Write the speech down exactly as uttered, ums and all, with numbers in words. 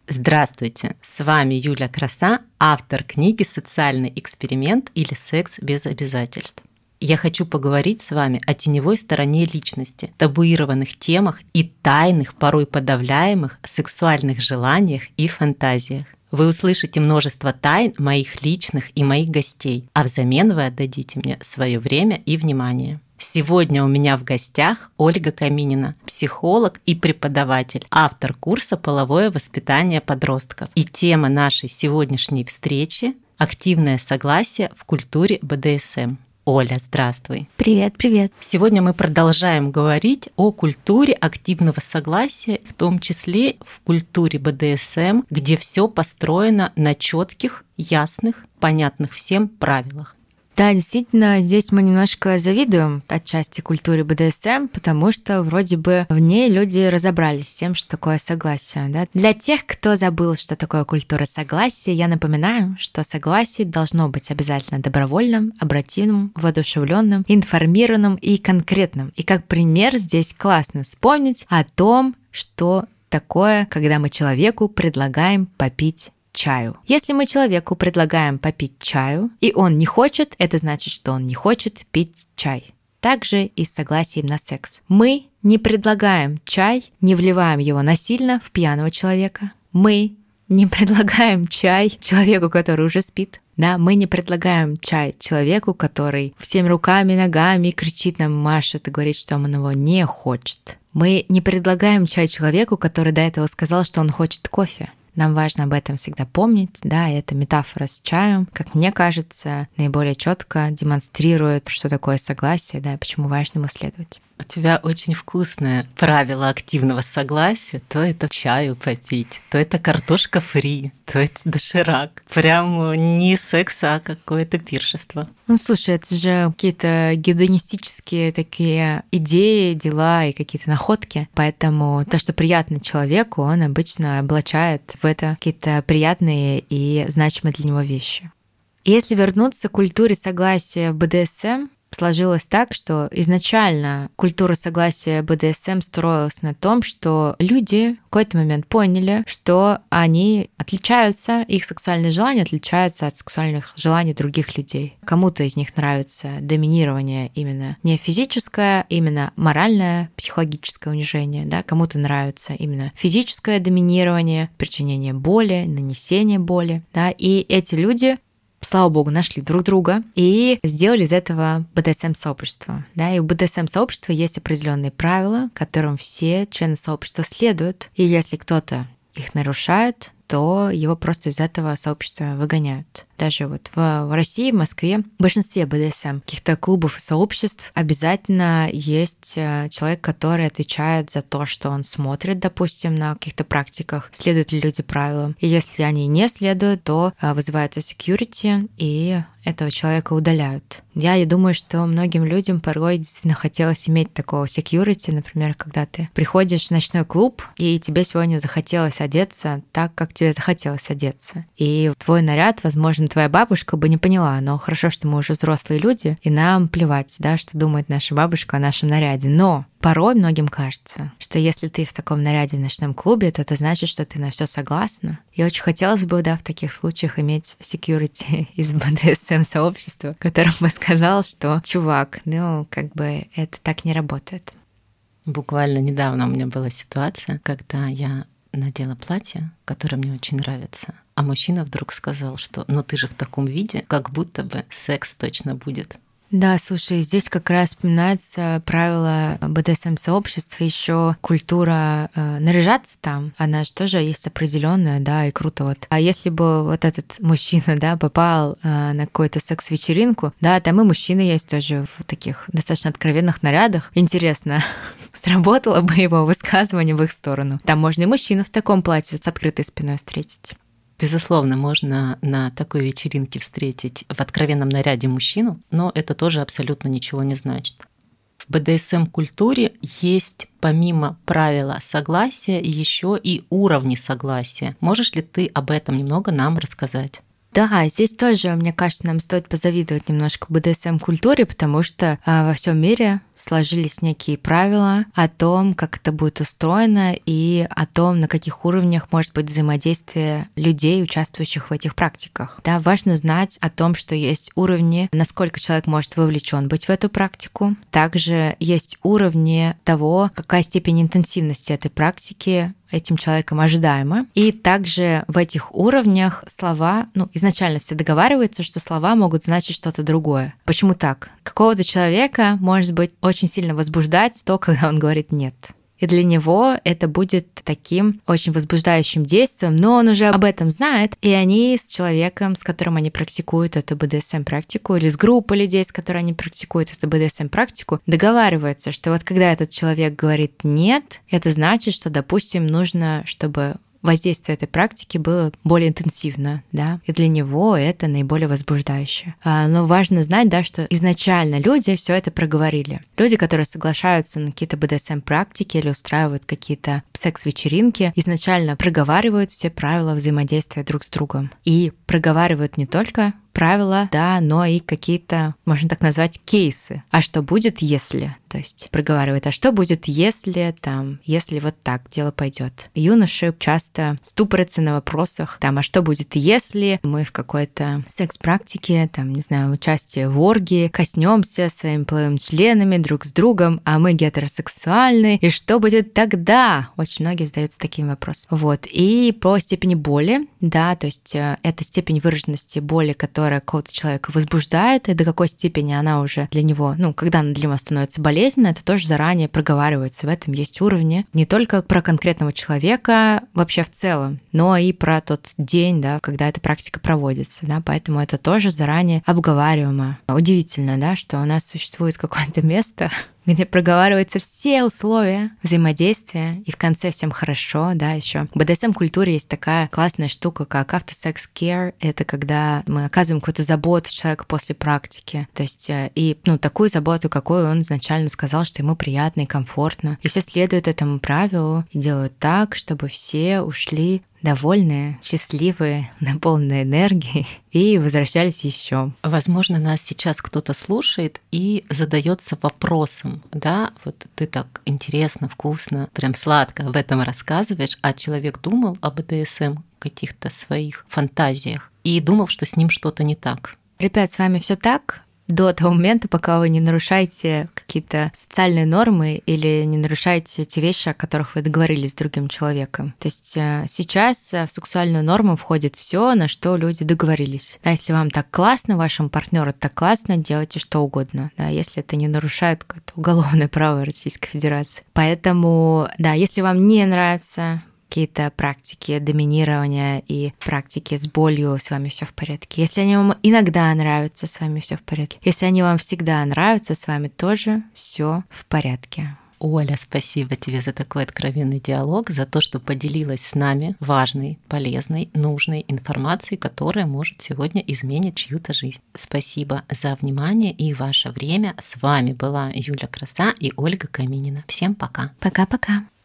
Здравствуйте, с вами Юля Краса, автор книги «Социальный эксперимент» или «Секс без обязательств». Я хочу поговорить с вами о теневой стороне личности, табуированных темах и тайных, порой подавляемых сексуальных желаниях и фантазиях. Вы услышите множество тайн моих личных и моих гостей, а взамен вы отдадите мне свое время и внимание. Сегодня у меня в гостях Ольга Каминина, психолог и преподаватель, автор курса «Половое воспитание подростков». И тема нашей сегодняшней встречи – активное согласие в культуре бэ дэ эс эм. Оля, здравствуй. Привет, привет. Сегодня мы продолжаем говорить о культуре активного согласия, в том числе в культуре бэ дэ эс эм, где все построено на четких, ясных, понятных всем правилах. Да, действительно, здесь мы немножко завидуем отчасти культуре бэ дэ эс эм, потому что вроде бы в ней люди разобрались с тем, что такое согласие. Да? Для тех, кто забыл, что такое культура согласия, я напоминаю, что согласие должно быть обязательно добровольным, обратимым, воодушевленным, информированным и конкретным. И как пример здесь классно вспомнить о том, что такое, когда мы человеку предлагаем попить чаю. Если мы человеку предлагаем попить чаю, и он не хочет, это значит, что он не хочет пить чай. Также и с согласием на секс. Мы не предлагаем чай, не вливаем его насильно в пьяного человека. Мы не предлагаем чай человеку, который уже спит. Да, мы не предлагаем чай человеку, который всеми руками, ногами кричит нам, машет и говорит, что он его не хочет. Мы не предлагаем чай человеку, который до этого сказал, что он хочет кофе. Нам важно об этом всегда помнить, да, и эта метафора с чаем, как мне кажется, наиболее четко демонстрирует, что такое согласие, да, и почему важно ему следовать. У тебя очень вкусное правило активного согласия. То это чаю попить, то это картошка фри, то это доширак. Прям не секс, а какое-то пиршество. Ну, слушай, это же какие-то гедонистические такие идеи, дела и какие-то находки. Поэтому то, что приятно человеку, он обычно облачает в это какие-то приятные и значимые для него вещи. Если вернуться к культуре согласия в бэ дэ эс эм, сложилось так, что изначально культура согласия бэ дэ эс эм строилась на том, что люди в какой-то момент поняли, что они отличаются, их сексуальные желания отличаются от сексуальных желаний других людей. Кому-то из них нравится доминирование именно не физическое, именно моральное, психологическое унижение, да? Кому-то нравится именно физическое доминирование, причинение боли, нанесение боли, да? И эти люди, слава богу, нашли друг друга и сделали из этого бэ дэ эс эм-сообщество. Да? И у бэ дэ эс эм-сообщества есть определенные правила, которым все члены сообщества следуют. И если кто-то их нарушает, то его просто из этого сообщества выгоняют. Даже вот в, в России, в Москве, в большинстве бэ дэ эс эм, каких-то клубов и сообществ обязательно есть человек, который отвечает за то, что он смотрит, допустим, на каких-то практиках, следуют ли люди правилам. И если они не следуют, то вызывается security, и этого человека удаляют. Я и думаю, что многим людям порой действительно хотелось иметь такого security, например, когда ты приходишь в ночной клуб, и тебе сегодня захотелось одеться так, как тебе захотелось одеться. И твой наряд, возможно, твоя бабушка бы не поняла, но хорошо, что мы уже взрослые люди, и нам плевать, да, что думает наша бабушка о нашем наряде. Но порой многим кажется, что если ты в таком наряде в ночном клубе, то это значит, что ты на все согласна. И очень хотелось бы, да, в таких случаях иметь security из бэ дэ эс эм-сообщества, которым бы сказал, что, чувак, ну, как бы это так не работает. Буквально недавно у меня была ситуация, когда я надела платье, которое мне очень нравится, а мужчина вдруг сказал, что «ну ты же в таком виде, как будто бы секс точно будет». Да, слушай, здесь как раз вспоминается правило бэ дэ эс эм-сообщества, еще культура э, наряжаться там, она же тоже есть определенная, да, и круто вот. А если бы вот этот мужчина, да, попал э, на какую-то секс-вечеринку, да, там и мужчины есть тоже в таких достаточно откровенных нарядах, интересно, сработало бы его высказывание в их сторону. Там можно и мужчину в таком платье с открытой спиной встретить. Безусловно, можно на такой вечеринке встретить в откровенном наряде мужчину, но это тоже абсолютно ничего не значит. В бэ дэ эс эм-культуре есть помимо правила согласия еще и уровни согласия. Можешь ли ты об этом немного нам рассказать? Да, здесь тоже, мне кажется, нам стоит позавидовать немножко бэ дэ эс эм-культуре, потому что а, во всем мире сложились некие правила о том, как это будет устроено, и о том, на каких уровнях может быть взаимодействие людей, участвующих в этих практиках. Да, важно знать о том, что есть уровни, насколько человек может вовлечен быть в эту практику. Также есть уровни того, какая степень интенсивности этой практики этим человеком ожидаемо. И также в этих уровнях слова, ну, изначально все договариваются, что слова могут значить что-то другое. Почему так? Какого-то человека, может быть, очень сильно возбуждать то, когда он говорит «нет». И для него это будет таким очень возбуждающим действием, но он уже об этом знает, и они с человеком, с которым они практикуют эту бэ дэ эс эм-практику, или с группой людей, с которой они практикуют эту бэ дэ эс эм-практику, договариваются, что вот когда этот человек говорит «нет», это значит, что, допустим, нужно, чтобы воздействие этой практики было более интенсивно, да, и для него это наиболее возбуждающее. Но важно знать, да, что изначально люди все это проговорили. Люди, которые соглашаются на какие-то бэ дэ эс эм-практики или устраивают какие-то секс-вечеринки, изначально проговаривают все правила взаимодействия друг с другом. И проговаривают не только правила, да, но и какие-то, можно так назвать, кейсы. А что будет, если? То есть проговаривает, а что будет, если там, если вот так дело пойдет. Юноши часто ступорятся на вопросах, там, а что будет, если мы в какой-то секс-практике, там, не знаю, участии в оргии, коснемся своими половыми членами друг с другом, а мы гетеросексуальны, и что будет тогда? Очень многие задаются таким вопросом. Вот. И про степени боли, да, то есть это степень выраженности боли, которая какого-то человека возбуждает, и до какой степени она уже для него, ну, когда она для него становится болезненной, это тоже заранее проговаривается. В этом есть уровни не только про конкретного человека вообще в целом, но и про тот день, да, когда эта практика проводится, да, поэтому это тоже заранее обговариваемо. Удивительно, да, что у нас существует какое-то место, где проговариваются все условия взаимодействия, и в конце всем хорошо, да, еще. В бэ дэ эс эм-культуре есть такая классная штука, как after-sex care. Это когда мы оказываем какую-то заботу человеку после практики. То есть, и, ну, такую заботу, какую он изначально сказал, что ему приятно и комфортно. И все следуют этому правилу и делают так, чтобы все ушли довольные, счастливые, наполненные энергией и возвращались еще. Возможно, нас сейчас кто-то слушает и задается вопросом, да, вот ты так интересно, вкусно, прям сладко об этом рассказываешь, а человек думал о бэ дэ эс эм, каких-то своих фантазиях и думал, что с ним что-то не так. Ребят, с вами все так. До того момента, пока вы не нарушаете какие-то социальные нормы или не нарушаете те вещи, о которых вы договорились с другим человеком. То есть сейчас в сексуальную норму входит все, на что люди договорились. Да, если вам так классно, вашему партнеру так классно, делайте что угодно, да, если это не нарушает какое-то уголовное право Российской Федерации. Поэтому, да, если вам не нравится какие-то практики доминирования и практики с болью, с вами все в порядке. Если они вам иногда нравятся, с вами все в порядке. Если они вам всегда нравятся, с вами тоже все в порядке. Оля, спасибо тебе за такой откровенный диалог, за то, что поделилась с нами важной, полезной, нужной информацией, которая может сегодня изменить чью-то жизнь. Спасибо за внимание и ваше время. С вами была Юля Краса и Ольга Каминина. Всем пока. Пока-пока.